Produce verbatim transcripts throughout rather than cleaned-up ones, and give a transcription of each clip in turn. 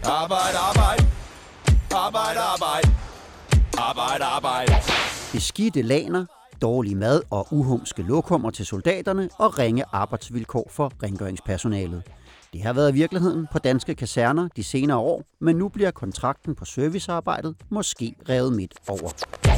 Arbejde, arbejde. Arbejde, arbejde. Arbejde, arbejde. Beskidte laner, dårlig mad og uhumske lokummer til soldaterne og ringe arbejdsvilkår for rengøringspersonalet. Det har været virkeligheden på danske kaserner de senere år, men nu bliver kontrakten på servicearbejdet måske revet midt over.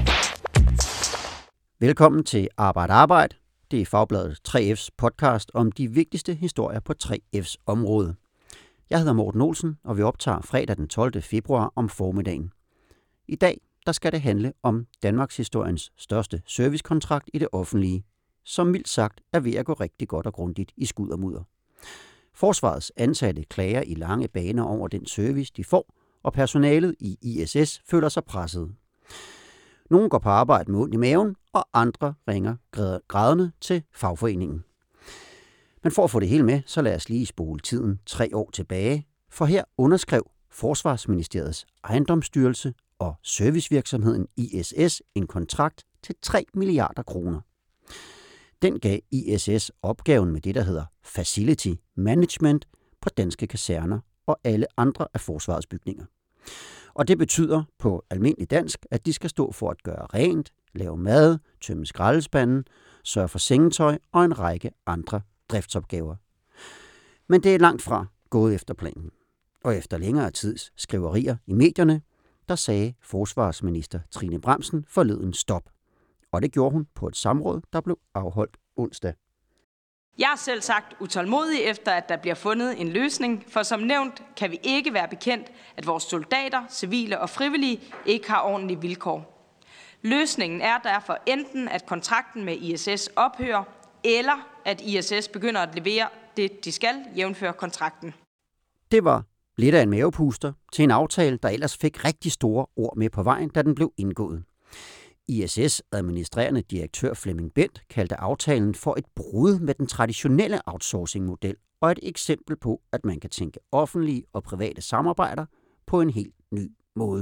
Velkommen til Arbejde Arbejde. Det er Fagbladet tre F's podcast om de vigtigste historier på tre F's område. Jeg hedder Morten Olsen, og vi optager fredag den tolvte februar om formiddagen. I dag der skal det handle om Danmarks historiens største servicekontrakt i det offentlige, som mildt sagt er ved at gå rigtig godt og grundigt i skud og mudder. Forsvarets ansatte klager i lange baner over den service, de får, og personalet i I S S føler sig presset. Nogle går på arbejde med ondt i maven, og andre ringer grædende til fagforeningen. Men for at få det hele med, så lad os lige spole tiden tre år tilbage, for her underskrev Forsvarsministeriets ejendomsstyrelse og servicevirksomheden I S S en kontrakt til tre milliarder kroner. Den gav I S S opgaven med det, der hedder Facility Management på danske kaserner og alle andre af forsvarets bygninger. Og det betyder på almindelig dansk, at de skal stå for at gøre rent, lave mad, tømme skraldespanden, sørge for sengetøj og en række andre driftsopgaver. Men det er langt fra gået efter planen. Og efter længere tids skriverier i medierne, der sagde forsvarsminister Trine Bramsen forleden stop. Og det gjorde hun på et samråd, der blev afholdt onsdag. Jeg er selv sagt utålmodig efter, at der bliver fundet en løsning, for som nævnt kan vi ikke være bekendt, at vores soldater, civile og frivillige ikke har ordentlige vilkår. Løsningen er derfor enten, at kontrakten med I S S ophører, eller at I S S begynder at levere det, de skal, jævnfør kontrakten. Det var lidt af en mavepuster til en aftale, der ellers fik rigtig store ord med på vejen, da den blev indgået. I S S administrerende direktør Flemming Bent kaldte aftalen for et brud med den traditionelle outsourcing-model og et eksempel på, at man kan tænke offentlige og private samarbejder på en helt ny måde.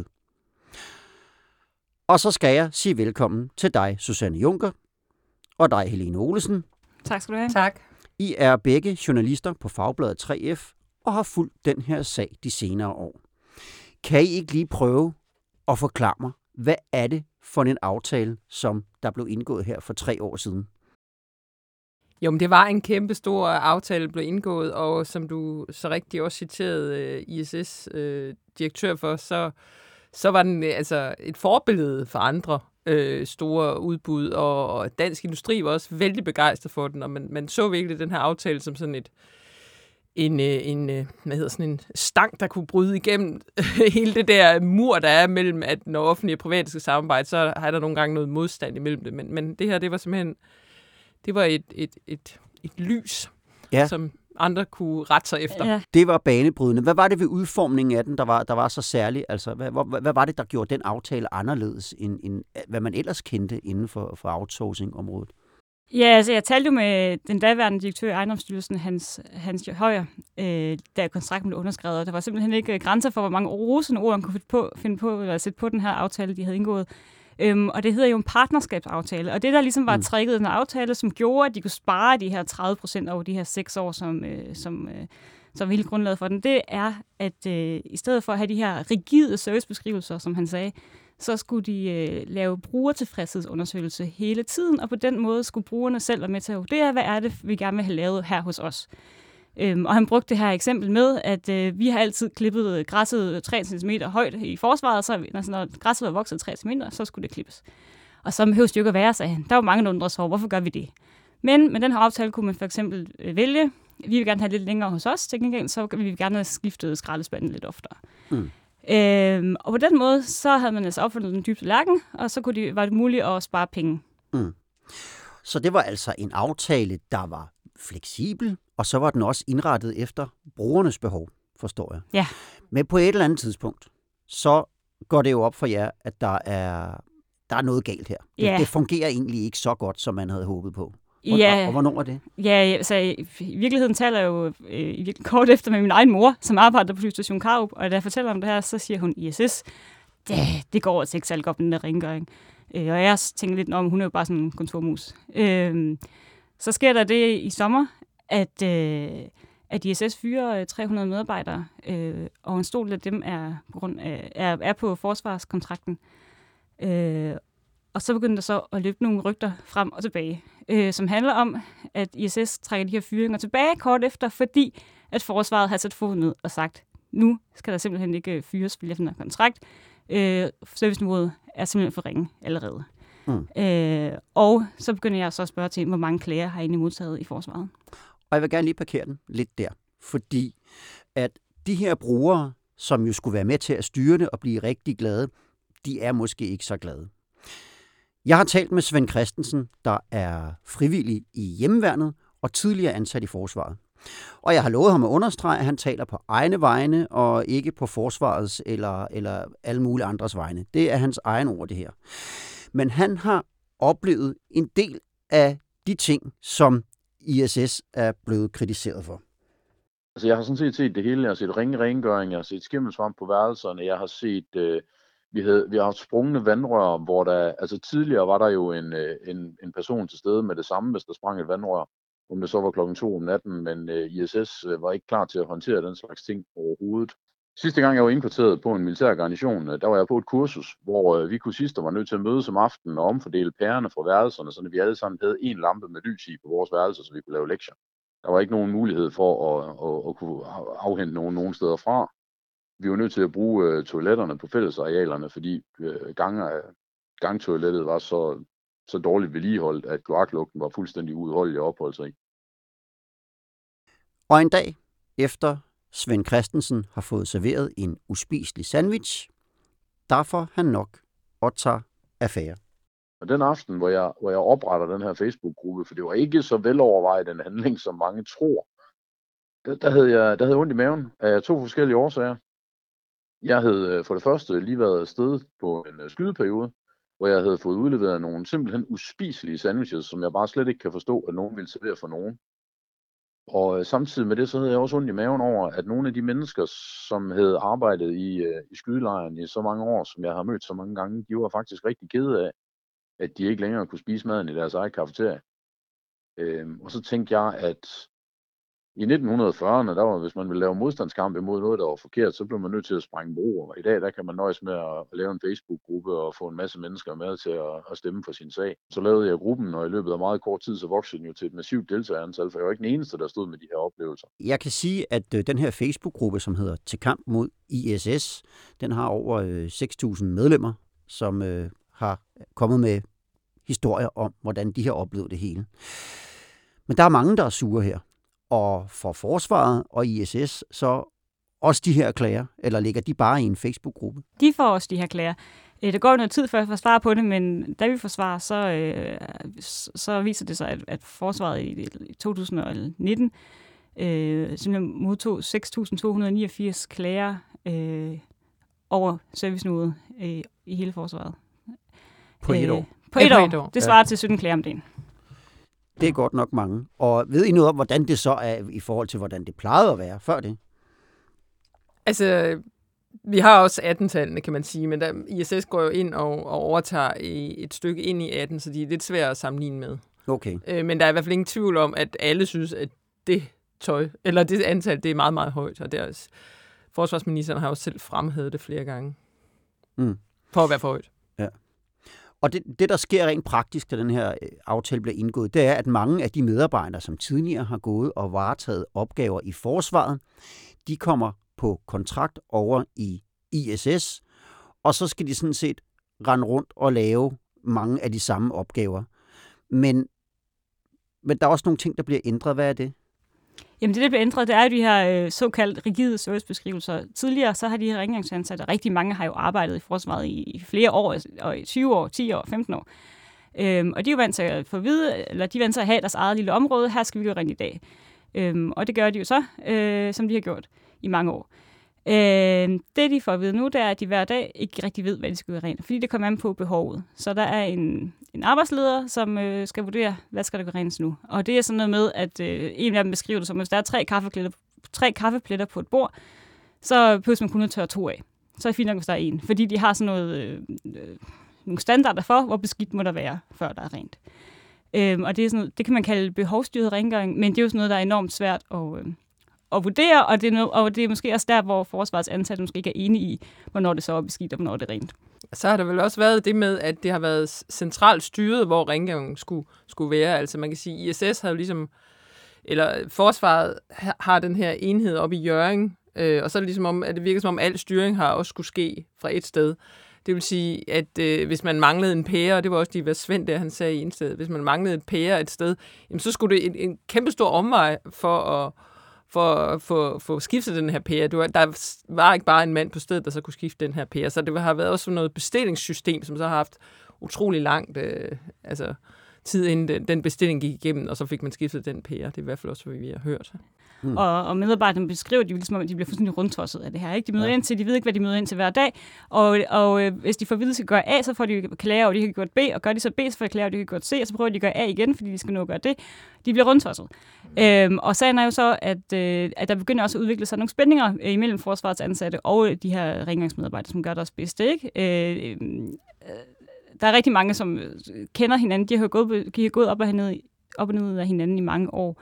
Og så skal jeg sige velkommen til dig, Susanne Juncker, og dig, Helene Olesen. Tak skal du have. Tak. I er begge journalister på Fagbladet tre F og har fulgt den her sag de senere år. Kan I ikke lige prøve at forklare mig, hvad er det for en aftale, som der blev indgået her for tre år siden? Jo, men det var en kæmpe stor aftale, der blev indgået, og som du så rigtig også citerede I S S øh, direktør for, så, så var den altså et forbillede for andre øh, store udbud, og Dansk Industri var også vældig begejstret for den, og man, man så virkelig den her aftale som sådan et En, en, hvad hedder sådan en stang, der kunne bryde igennem hele det der mur, der er mellem, at når offentlige og private skal samarbejde, så har der nogle gange noget modstand imellem det. Men, men det her, det var simpelthen, det var et, et, et, et lys, ja, som andre kunne rette sig efter. Ja. Det var banebrydende. Hvad var det ved udformningen af den, der var, der var så særlig? Altså, hvad, hvad, hvad var det, der gjorde den aftale anderledes, end, end hvad man ellers kendte inden for, for outsourcing-området? Ja, altså jeg talte jo med den daværende direktør i ejendomsstyrelsen, Hans, Hans Højer, øh, da kontrakten blev underskrevet, og der var simpelthen ikke grænser for, hvor mange rosende ord, man kunne finde på, finde på eller sætte på den her aftale, de havde indgået. Øhm, og det hedder jo en partnerskabsaftale, og det der ligesom var mm. trækket i den aftale, som gjorde, at de kunne spare de her tredive procent over de her seks år, som, øh, som, øh, som hele grundlaget for den, det er, at øh, i stedet for at have de her rigide servicebeskrivelser, som han sagde, så skulle de øh, lave brugertilfredshedsundersøgelse hele tiden, og på den måde skulle brugerne selv være med til at vurdere, hvad er det, vi gerne vil have lavet her hos os. Øhm, og han brugte det her eksempel med, at øh, vi har altid klippet græsset tre centimeter højt i forsvaret, så når, når græsset var vokset tre centimeter, så skulle det klippes. Og så behøver det jo ikke at være, sagde han. Der var mange, der undrede sig over, hvorfor gør vi det? Men med den her aftale kunne man for eksempel øh, vælge, vi vil gerne have lidt længere hos os, til gengæld, så vil vi gerne have skiftet skraldespanden lidt oftere. Mm. Øhm, og på den måde, så havde man altså opfundet den dybeste lærken, og så kunne de, var det muligt at spare penge. Mm. Så det var altså en aftale, der var fleksibel, og så var den også indrettet efter brugernes behov, forstår jeg. Ja. Men på et eller andet tidspunkt, så går det jo op for jer, at der er, der er noget galt her. Det, ja. det fungerer egentlig ikke så godt, som man havde håbet på. Og, ja. og, og hvornår er det? Ja, altså i virkeligheden taler jeg jo øh, kort efter med min egen mor, som arbejder på Flyvestation Karup, og da jeg fortæller om det her, så siger hun I S S, det, det går altså ikke særlig godt med den der rengøring. Øh, og jeg tænker lidt om, hun er jo bare sådan en kontormus. Øh, så sker der det i sommer, at, øh, at I S S fyrer tre hundrede medarbejdere, øh, og en stor del af dem er på, grund af, er, er på forsvarskontrakten. Øh, og så begynder der så at løbe nogle rygter frem og tilbage, øh, som handler om, at I S S trækker de her fyringer tilbage kort efter, fordi at forsvaret har sat foden ned og sagt, nu skal der simpelthen ikke fyres for den her kontrakt. Øh, serviceniveauet er simpelthen for ringe allerede. Mm. Øh, og så begynder jeg så at spørge til, hvor mange klager har I egentlig modtaget i forsvaret? Og jeg vil gerne lige parkere den lidt der, fordi at de her brugere, som jo skulle være med til at styre det og blive rigtig glade, de er måske ikke så glade. Jeg har talt med Svend Christensen, der er frivillig i hjemmeværnet og tidligere ansat i forsvaret. Og jeg har lovet ham at understrege, at han taler på egne vegne og ikke på forsvarets eller, eller alle mulige andres vegne. Det er hans egen ord, det her. Men han har oplevet en del af de ting, som I S S er blevet kritiseret for. Altså, jeg har sådan set set det hele. Jeg har set ringe-rengøring, jeg har set skimmelsvamp på værelserne, jeg har set, øh, vi, havde, vi har haft sprungne vandrør, hvor der, altså tidligere var der jo en, en, en person til stede med det samme, hvis der sprang et vandrør, om det så var klokken to om natten, men øh, I S S var ikke klar til at håndtere den slags ting overhovedet. Sidste gang jeg var indkvarteret på en militær garnison, der var jeg på et kursus, hvor øh, vi kursister var nødt til at mødes om aftenen og omfordele pærerne fra værelserne, så vi alle sammen havde en lampe med lys i på vores værelse, så vi kunne lave lektier. Der var ikke nogen mulighed for at, at, at kunne afhente nogen nogen steder fra. Vi var nødt til at bruge øh, toiletterne på fællesarealerne, fordi øh, gang, gangtoilettet var så, så dårligt vedligeholdt, at kloaklugten var fuldstændig uudholdelig at opholde sig i. Og en dag efter Svend Christensen har fået serveret en uspiselig sandwich, der får han nok og tager affære. Og den aften, hvor jeg, hvor jeg opretter den her Facebook-gruppe, for det var ikke så velovervejet en handling, som mange tror, der, der, havde jeg, der havde ondt i maven af to forskellige årsager. Jeg havde for det første lige været afsted på en skydeperiode, hvor jeg havde fået udleveret nogle simpelthen uspiselige sandwiches, som jeg bare slet ikke kan forstå, at nogen ville servere for nogen. Og samtidig med det, så havde jeg også ondt i maven over, at nogle af de mennesker, som havde arbejdet i, i skydelejren i så mange år, som jeg har mødt så mange gange, de var faktisk rigtig kede af, at de ikke længere kunne spise maden i deres eget kafeterie. Øhm, og så tænkte jeg, at i nitten fyrrerne, der var, hvis man ville lave modstandskamp imod noget, der var forkert, så blev man nødt til at sprænge broer. I dag, der kan man nøjes med at lave en Facebook-gruppe og få en masse mennesker med til at, at stemme for sin sag. Så lavede jeg gruppen, og i løbet af meget kort tid, så voksede den jo til et massivt deltagerantal, for jeg var ikke den eneste, der stod med de her oplevelser. Jeg kan sige, at øh, den her Facebook-gruppe, som hedder Til kamp mod I S S, den har over øh, seks tusind medlemmer, som øh, har kommet med historier om, hvordan de har oplevet det hele. Men der er mange, der er sure her. Og for forsvaret og I S S, så også de her klager, eller ligger de bare i en Facebook-gruppe? De får også de her klager. Det går noget tid før jeg får svar på det, men da vi får svar, så, øh, så viser det sig, at, at forsvaret i, i to tusind nitten øh, simpelthen modtog seks tusind to hundrede niogfirs klager øh, over serviceniveauet øh, i hele forsvaret. På et år? På et, ja, år. på et år. Det svarer ja. til sytten klager om dagen. Det er godt nok mange. Og ved I noget om, hvordan det så er i forhold til, hvordan det plejede at være før det? Altså, vi har også atten-tallene, kan man sige, men der, I S S går jo ind og, og overtager i et stykke ind i atten, så de er lidt svære at sammenligne med. Okay. Øh, men der er i hvert fald ingen tvivl om, at alle synes, at det tøj, eller det antal, det er meget, meget højt, og deres forsvarsministeren har jo selv fremhævet det flere gange. Mm. For at være for højt. Ja. Og det, det, der sker rent praktisk, da den her aftale bliver indgået, det er, at mange af de medarbejdere, som tidligere har gået og varetaget opgaver i forsvaret, de kommer på kontrakt over i I S S, og så skal de sådan set rende rundt og lave mange af de samme opgaver. Men, men der er også nogle ting, der bliver ændret. Hvad er det? Jamen det, der bliver ændret, det er jo de her øh, såkaldt rigide servicebeskrivelser. Tidligere så har de her rengøringsansatte, rigtig mange har jo arbejdet i forsvaret i, i flere år, og i tyve år, ti år, femten år. Øhm, og de er jo vant til at få vide, eller de er vant til at have deres eget lille område. Her skal vi gøre rent i dag. Øhm, og det gør de jo så, øh, som de har gjort i mange år. Øh, det, de får at vide nu, det er, at de hver dag ikke rigtig ved, hvad de skal gøre rent, fordi det kommer an på behovet. Så der er en, en arbejdsleder, som øh, skal vurdere, hvad skal der gøre rent nu. Og det er sådan noget med, at øh, en af dem beskriver det som, hvis der er tre kaffepletter, tre kaffepletter på et bord, så behøver man kun at tørre to af. Så er det fint nok, hvis der er en. Fordi de har sådan noget, øh, øh, nogle standarder for, hvor beskidt må der være, før der er rent. Øh, og det, er sådan noget, det kan man kalde behovsstyret rengøring, men det er jo sådan noget, der er enormt svært at, øh, at vurdere, og det, er no- og det er måske også der, hvor forsvarets ansatte måske ikke er enige i, hvornår det så er beskidt, og hvornår det er rent. Så har der vel også været det med, at det har været centralt styret, hvor rengøringen skulle, skulle være. Altså man kan sige, I S S har jo ligesom, eller forsvaret har den her enhed oppe i Hjørring, øh, og så er det ligesom om, at det virker som om, al styring har også skulle ske fra et sted. Det vil sige, at øh, hvis man manglede en pære, og det var også de, hvad Svend der han sagde i en sted, hvis man manglede en pære et sted, jamen, så skulle det en, en kæmpe stor omvej for at for at få, få skiftet den her pære. Det var, der var ikke bare en mand på stedet, der så kunne skifte den her pære, så det har været også noget bestillingssystem, som så har haft utrolig langt øh, altså, tid inden den, den bestilling gik igennem, og så fik man skiftet den pære. Det er i hvert fald også, hvad vi har hørt. Mm. Og, og medarbejderne beskriver de ligesom, at de bliver fuldstændig rundtosset af det her. Ikke? De møder ja. ind til, de ved ikke, hvad de møder ind til hver dag, og, og øh, hvis de får videre til at gøre A, så får de klage over, at de har gjort B, og gør de så B, så får de klage over, at de har gjort C, og så prøver de at gøre A igen, fordi de skal nå at gøre det. De bliver rundtosset. Mm. Øhm, og sagen er jo så, at, øh, at der begynder også at udvikle sig nogle spændinger øh, imellem forsvarets ansatte og de her rengøringsmedarbejdere, som gør deres bedste. Ikke? Øh, øh, der er rigtig mange, som kender hinanden. De har gået, de har gået op og ned, op og ned af hinanden i mange år.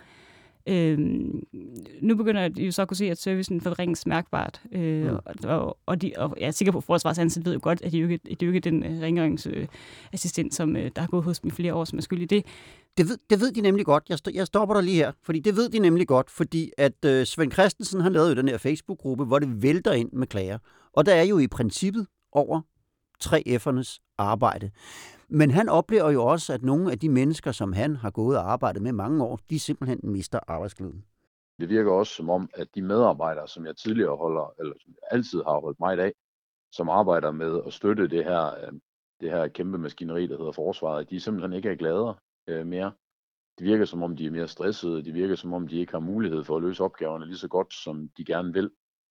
Øhm, nu begynder de jo så at kunne se, at servicen forringes mærkbart. Øh, mm. og, og, de, og jeg er sikker på, at forsvarsansat ved jo godt, at det jo ikke, det er jo ikke den uh, rengøringsassistent, uh, som uh, der har gået hos dem i flere år, som er skyld i det. Det ved, det ved de nemlig godt. Jeg, st- jeg stopper dig lige her, fordi det ved de nemlig godt, fordi at øh, Svend Christensen har lavet jo den her Facebook-gruppe, hvor det vælter ind med klager. Og der er jo i princippet over tre F'ernes arbejde. Men han oplever jo også, at nogle af de mennesker, som han har gået og arbejdet med mange år, de simpelthen mister arbejdsglæden. Det virker også som om, at de medarbejdere, som jeg tidligere holder, eller som jeg altid har holdt mig i dag, som arbejder med at støtte det her, det her kæmpe maskineri, der hedder forsvaret, de simpelthen ikke er glade øh, mere. Det virker som om, de er mere stressede. Det virker som om, de ikke har mulighed for at løse opgaverne lige så godt, som de gerne vil.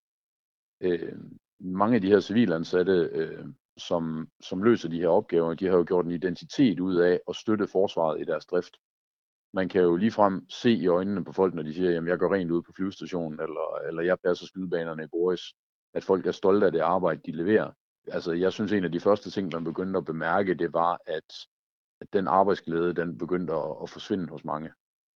Øh, mange af de her civilansatte, øh, som, som løser de her opgaver, de har jo gjort en identitet ud af at støtte forsvaret i deres drift. Man kan jo ligefrem se i øjnene på folk, når de siger, jamen jeg går rent ud på flyvestationen, eller, eller jeg passer skydebanerne i Boris, at folk er stolte af det arbejde, de leverer. Altså jeg synes, en af de første ting, man begyndte at bemærke, det var, at, at den arbejdsglæde, den begyndte at, at forsvinde hos mange.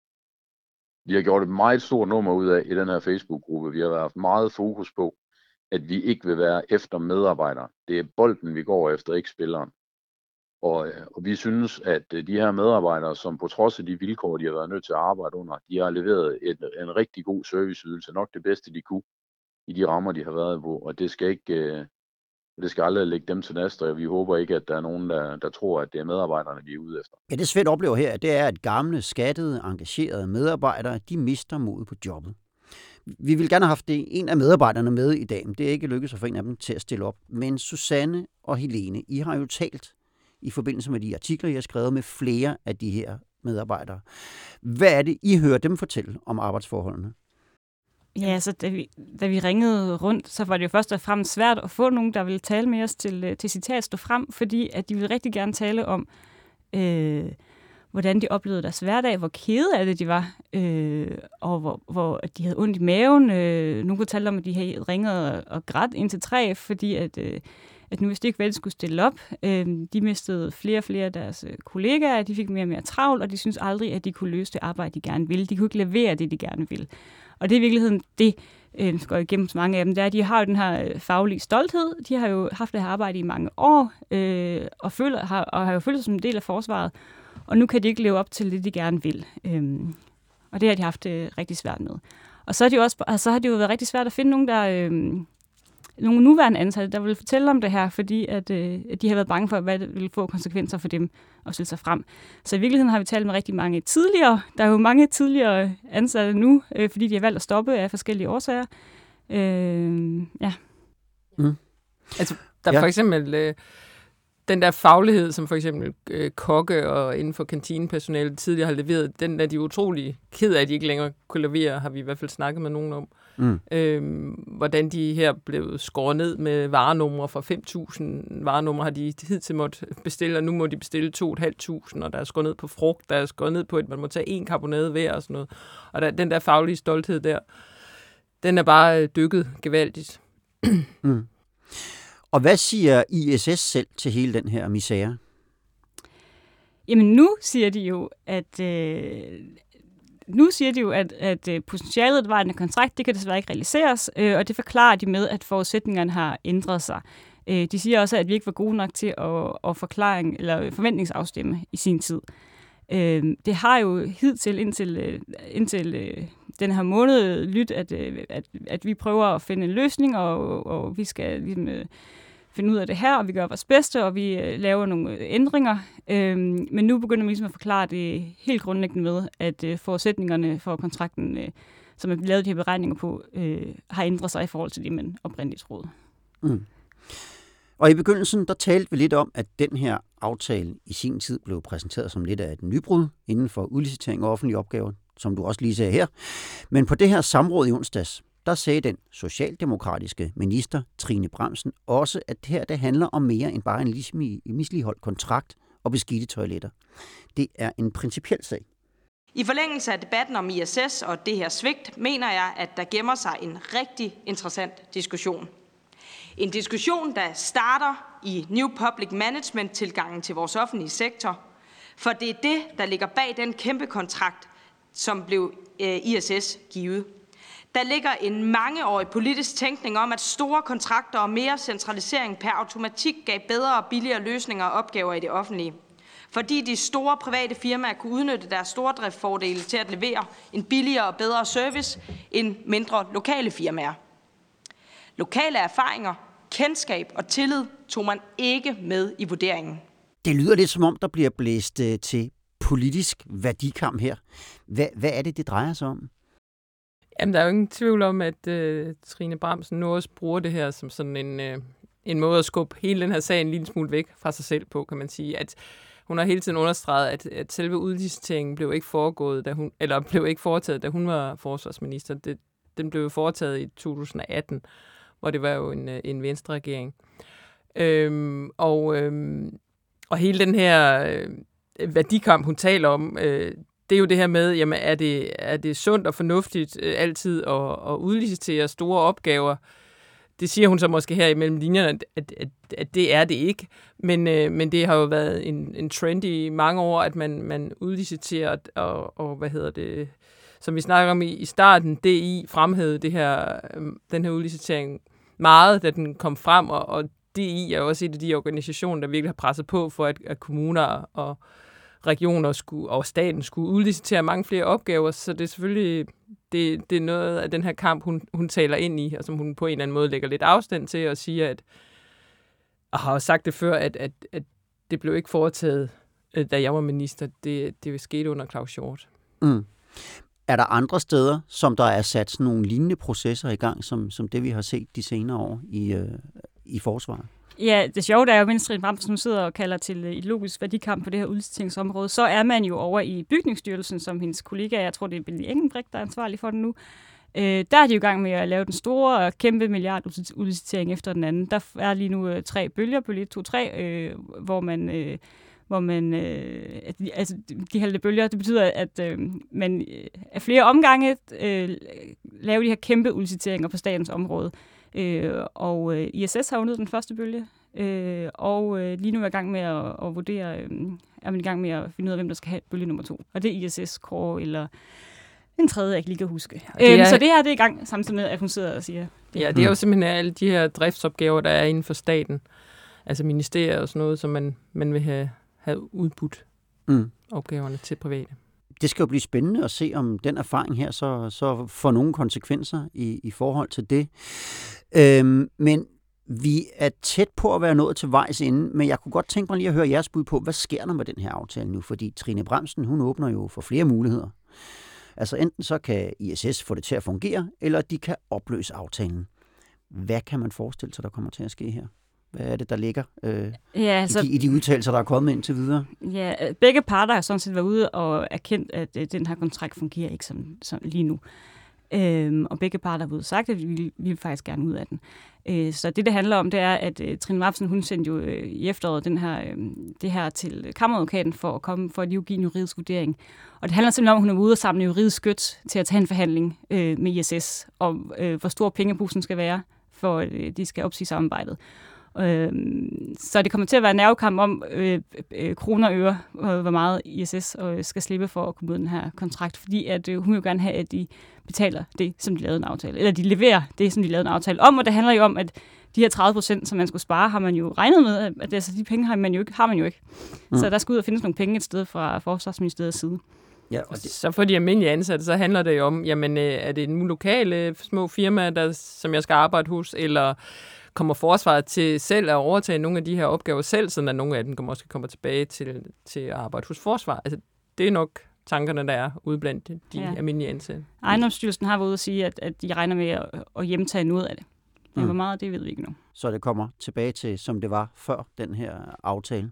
Vi har gjort et meget stort nummer ud af i den her Facebook-gruppe. Vi har haft meget fokus på, at vi ikke vil være efter medarbejdere. Det er bolden, vi går efter, ikke spilleren. Og, og vi synes, at de her medarbejdere, som på trods af de vilkår, de har været nødt til at arbejde under, de har leveret et, en rigtig god serviceydelse, nok det bedste, de kunne i de rammer, de har været på. Og det skal ikke, det skal aldrig lægge dem til næste, og vi håber ikke, at der er nogen, der, der tror, at det er medarbejderne, vi er ude efter. Ja, det Svend oplever her, det er, at gamle, skattede, engagerede medarbejdere, de mister modet på jobbet. Vi vil gerne have haft det, en af medarbejderne med i dag, men det er ikke lykkedes at få en af dem til at stille op. Men Susanne og Helene, I har jo talt i forbindelse med de artikler, I har skrevet med flere af de her medarbejdere. Hvad er det, I hører dem fortælle om arbejdsforholdene? Ja, så da vi, da vi ringede rundt, så var det jo først og fremmest svært at få nogen, der ville tale med os til, til citat stå frem, fordi at de ville rigtig gerne tale om, øh, hvordan de oplevede deres hverdag, hvor kede af det de var, øh, og hvor, hvor de havde ondt i maven. Øh, nogle kunne tale om, at de havde ringet og, og grædt ind til tre, fordi at, øh, at nu hvis de ikke vel skulle stille op, øh, de mistede flere og flere af deres kollegaer, de fik mere og mere travlt, og de synes aldrig, at de kunne løse det arbejde, de gerne ville. De kunne ikke levere det, de gerne ville. Og det er i virkeligheden det, øh, går igennem så mange af dem, det er, at de har jo den her faglige stolthed. De har jo haft det her arbejde i mange år, øh, og, føler, har, og har jo følt sig som en del af forsvaret, og nu kan de ikke leve op til det, de gerne vil. Øhm, og det har de haft øh, rigtig svært med. Og så har, de også, altså, så har det jo været rigtig svært at finde nogen, der, øh, nogle nuværende ansatte, der vil fortælle om det her, fordi at, øh, at de har været bange for, hvad det vil få konsekvenser for dem at stille sig frem. Så i virkeligheden har vi talt med rigtig mange tidligere. Der er jo mange tidligere ansatte nu, øh, fordi de har valgt at stoppe af forskellige årsager. Øh, ja. Mm. Altså, der er ja. for eksempel... Øh, Den der faglighed, som for eksempel øh, kokke og inden for kantinepersonale tidligere har leveret, den er de utrolig ked af, at de ikke længere kunne levere, har vi i hvert fald snakket med nogen om. Mm. Øhm, hvordan de her blev skåret ned med varenumre fra fem tusind varenumre har de hidtil måtte bestille, og nu må de bestille to tusind fem hundrede, og der er skåret ned på frugt, der er skåret ned på, at man må tage en karbonade hver og sådan noget. Og der, den der faglige stolthed der, den er bare øh, dykket gevaldigt. Mm. Og hvad siger I S S selv til hele den her misære? Jamen nu siger de jo, at, øh, nu siger de jo, at, at uh, potentialet var en kontrakt, det kan desværre ikke realiseres, uh, og det forklarer de med, at forudsætningerne har ændret sig. Uh, de siger også, at vi ikke var gode nok til at, at forklaring eller forventningsafstemme i sin tid. Uh, det har jo hidtil, indtil, uh, indtil uh, den her måned, lyt, at, uh, at, at vi prøver at finde en løsning, og, og vi skal ligesom, uh, finde ud af det her, og vi gør vores bedste, og vi uh, laver nogle ændringer. Uh, men nu begynder man ligesom at forklare det helt grundlæggende med, at uh, forudsætningerne for kontrakten, uh, som er lavet de her beregninger på, uh, har ændret sig i forhold til det, man oprindeligt troede. Mm. Og i begyndelsen, der talte vi lidt om, at den her aftale i sin tid blev præsenteret som lidt af et nybrud inden for udlicitering og offentlige opgaver, som du også lige sagde her. Men på det her samråd i onsdags, der sagde den socialdemokratiske minister Trine Bramsen også, at det her det handler om mere end bare en misligholdt kontrakt og beskidte toiletter. Det er en principiel sag. I forlængelse af debatten om I S S og det her svigt, mener jeg, at der gemmer sig en rigtig interessant diskussion. En diskussion, der starter i New Public Management-tilgangen til vores offentlige sektor, for det er det, der ligger bag den kæmpe kontrakt, som blev øh, I S S givet. Der ligger en mangeårig politisk tænkning om, at store kontrakter og mere centralisering per automatik gav bedre og billigere løsninger og opgaver i det offentlige. Fordi de store private firmaer kunne udnytte deres stordriftsfordele til at levere en billigere og bedre service end mindre lokale firmaer. Lokale erfaringer, kendskab og tillid tog man ikke med i vurderingen. Det lyder lidt som om, der bliver blæst øh, til politisk værdikamp her. Hvad, hvad er det, det drejer sig om? Jamen, der er jo ingen tvivl om, at øh, Trine Bramsen nu også bruger det her som sådan en, øh, en måde at skubbe hele den her sag en lille smule væk fra sig selv på, kan man sige. At hun har hele tiden understreget, at, at selve udliciteringen blev ikke foregået, da hun, eller blev ikke foretaget, da hun var forsvarsminister. Det, den blev foretaget i to tusind atten, hvor det var jo en, en Venstre-regering. Øhm, og, øhm, og hele den her øh, værdikamp, hun taler om, øh, det er jo det her med, jamen, er det, er det sundt og fornuftigt øh, altid at, at udlicitere store opgaver? Det siger hun så måske her imellem linjerne, at, at, at det er det ikke. Men, øh, men det har jo været en, en trend i mange år, at man, man udliciterer, og, og hvad hedder det, som vi snakker om i, i starten, D I fremhævede det her, øh, den her udlicitering meget, da den kom frem, og, og D I er jo også et af de organisationer, der virkelig har presset på for, at, at kommuner og regioner skulle, og staten skulle udlicitere mange flere opgaver, så det er selvfølgelig det, det er noget af den her kamp, hun, hun taler ind i, og som hun på en eller anden måde lægger lidt afstand til, og siger, at, og har sagt det før, at, at, at det blev ikke foretaget, da jeg var minister. Det, det skete under Claus Hjort. Mm. Er der andre steder, som der er sat sådan nogle lignende processer i gang, som, som det, vi har set de senere år i, øh, i forsvaret? Ja, det sjove er jo, mens Trine Bramsen nu sidder og kalder til ideologisk værdikamp på det her udliciteringsområde, så er man jo over i Bygningsstyrelsen, som hendes kollega, jeg tror det er Billy Engelbrecht, der er ansvarlig for den nu. Øh, der er de jo i gang med at lave den store, kæmpe milliardudlicitering efter den anden. Der er lige nu øh, tre bølger, bølge et, to, tre, øh, hvor man... Øh, hvor man, øh, altså de halvte bølger, det betyder, at øh, man øh, af flere omgange øh, laver de her kæmpe udliciteringer på statens område. Øh, og øh, I S S har vundet den første bølge, øh, og øh, lige nu er jeg i gang med at, at vurdere, øh, er man i gang med at finde ud af, hvem der skal have bølge nummer to. Og det er I S S, Kåre eller en tredje, jeg ikke lige kan huske. Det er, øh, så det her det er i gang, samtidig med, at hun sidder og siger det. Ja, det er jo simpelthen alle de her driftsopgaver, der er inden for staten, altså ministerier og sådan noget, som man, man vil have have udbudt mm. opgaverne til private. Det skal jo blive spændende at se, om den erfaring her så, så får nogle konsekvenser i, i forhold til det. Øhm, men vi er tæt på at være nået til vejs ende, men jeg kunne godt tænke mig lige at høre jeres bud på, hvad sker der med den her aftale nu? Fordi Trine Bramsen, hun åbner jo for flere muligheder. Altså enten så kan I S S få det til at fungere, eller de kan opløse aftalen. Hvad kan man forestille sig, der kommer til at ske her? Hvad er det, der ligger øh, ja, altså, i, de, i de udtalelser, der er kommet indtil videre? Ja, begge parter har sådan set været ude og erkendt, at øh, den her kontrakt fungerer ikke som, som lige nu. Øhm, og begge parter har sagt, at vi vil, vi vil faktisk gerne ud af den. Øh, så det, det handler om, det er, at øh, Trine Bramsen, hun sendte jo øh, i efteråret den her, øh, det her til kammeradvokaten for at komme for at give en juridisk vurdering. Og det handler simpelthen om, at hun er ude og samle juridisk skyt til at tage en forhandling øh, med I S S, om øh, hvor stor pengebussen skal være, for at øh, de skal opsige samarbejdet. Øh, så det kommer til at være en nervekamp om øh, øh, kroner og øre, øh, hvor meget I S S øh, skal slippe for at komme ud af den her kontrakt, fordi at, øh, hun vil jo gerne have, at de betaler det, som de lavede en aftale, eller de leverer det, som de lavede en aftale om, og det handler jo om, at de her tredive procent, som man skulle spare, har man jo regnet med, at det, altså, de penge har man jo ikke. Har man jo ikke. Mm. Så der skal ud og findes nogle penge et sted fra Forsvarsministeriets side. Ja, og det... Så for de almindelige ansatte, så handler det jo om, jamen, er det nogle lokale små firmaer, der, som jeg skal arbejde hos, eller kommer forsvaret til selv at overtage nogle af de her opgaver selv, så nogle af dem måske kommer tilbage til, til at arbejde hos forsvaret. Altså, det er nok tankerne, der er ude blandt de ja. almindelige ansatte. Ejendomsstyrelsen har været ude at sige, at, at de regner med at, at hjemtage noget af det. Men mm. hvor meget, det ved vi ikke nu. Så det kommer tilbage til, som det var før den her aftale?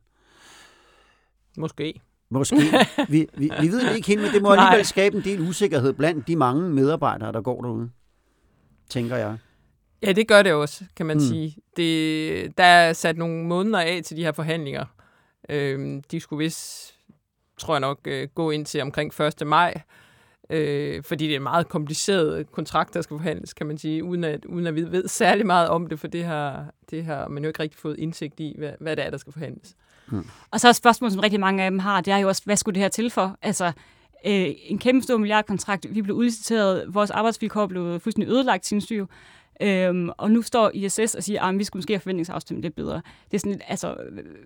Måske. Måske. Vi, vi, vi ved det ikke helt, men det må alligevel skabe en del usikkerhed blandt de mange medarbejdere, der går derude, tænker jeg. Ja, det gør det også, kan man mm. sige. Det, der er sat nogle måneder af til de her forhandlinger. Øhm, de skulle vist, tror jeg nok, øh, gå ind til omkring første maj, øh, fordi det er en meget kompliceret kontrakt, der skal forhandles, kan man sige, uden at, uden at vi ved særlig meget om det, for det har, det har man jo ikke rigtig fået indsigt i, hvad, hvad det er, der skal forhandles. Hmm. Og så er et spørgsmål, som rigtig mange af dem har, det er jo også, hvad skulle det her til for? Altså, øh, en kæmpe stor milliardkontrakt, vi blev udliciteret, vores arbejdsvilkår blev fuldstændig ødelagt sin styr, øhm, og nu står I S S og siger, at vi skulle måske have forventningsafstemme lidt bedre. Det er sådan lidt, altså,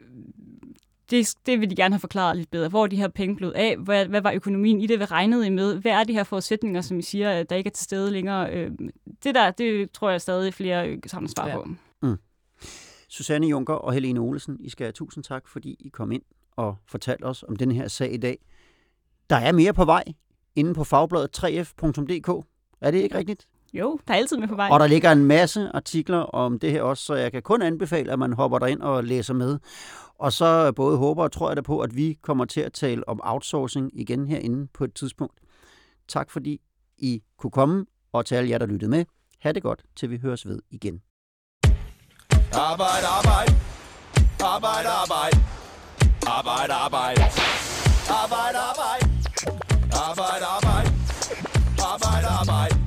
det, det vil de gerne have forklaret lidt bedre. Hvor er de her penge blevet af? Hvad, hvad var økonomien i det? Hvad regnede I med? Hvad er de her forudsætninger, som I siger, der ikke er til stede længere? Øh, det der, det tror jeg stadig flere savner svar på. Ja. Mm. Susanne Juncker og Helene Olesen, I skal have tusind tak, fordi I kom ind og fortalte os om den her sag i dag. Der er mere på vej inde på fagbladet tre f punktum d k. Er det ikke rigtigt? Jo, der er altid mere på vej. Og der ligger en masse artikler om det her også, så jeg kan kun anbefale, at man hopper derind og læser med. Og så både håber og tror jeg da på, at vi kommer til at tale om outsourcing igen herinde på et tidspunkt. Tak fordi I kunne komme, og til alle jer, der lyttede med. Ha' det godt, til vi høres ved igen. Arbejde, arbejde. Arbejde, arbejde. Arbejde, arbejde. Arbejde, arbejde. Arbejde, arbejde. Arbejde, arbejde.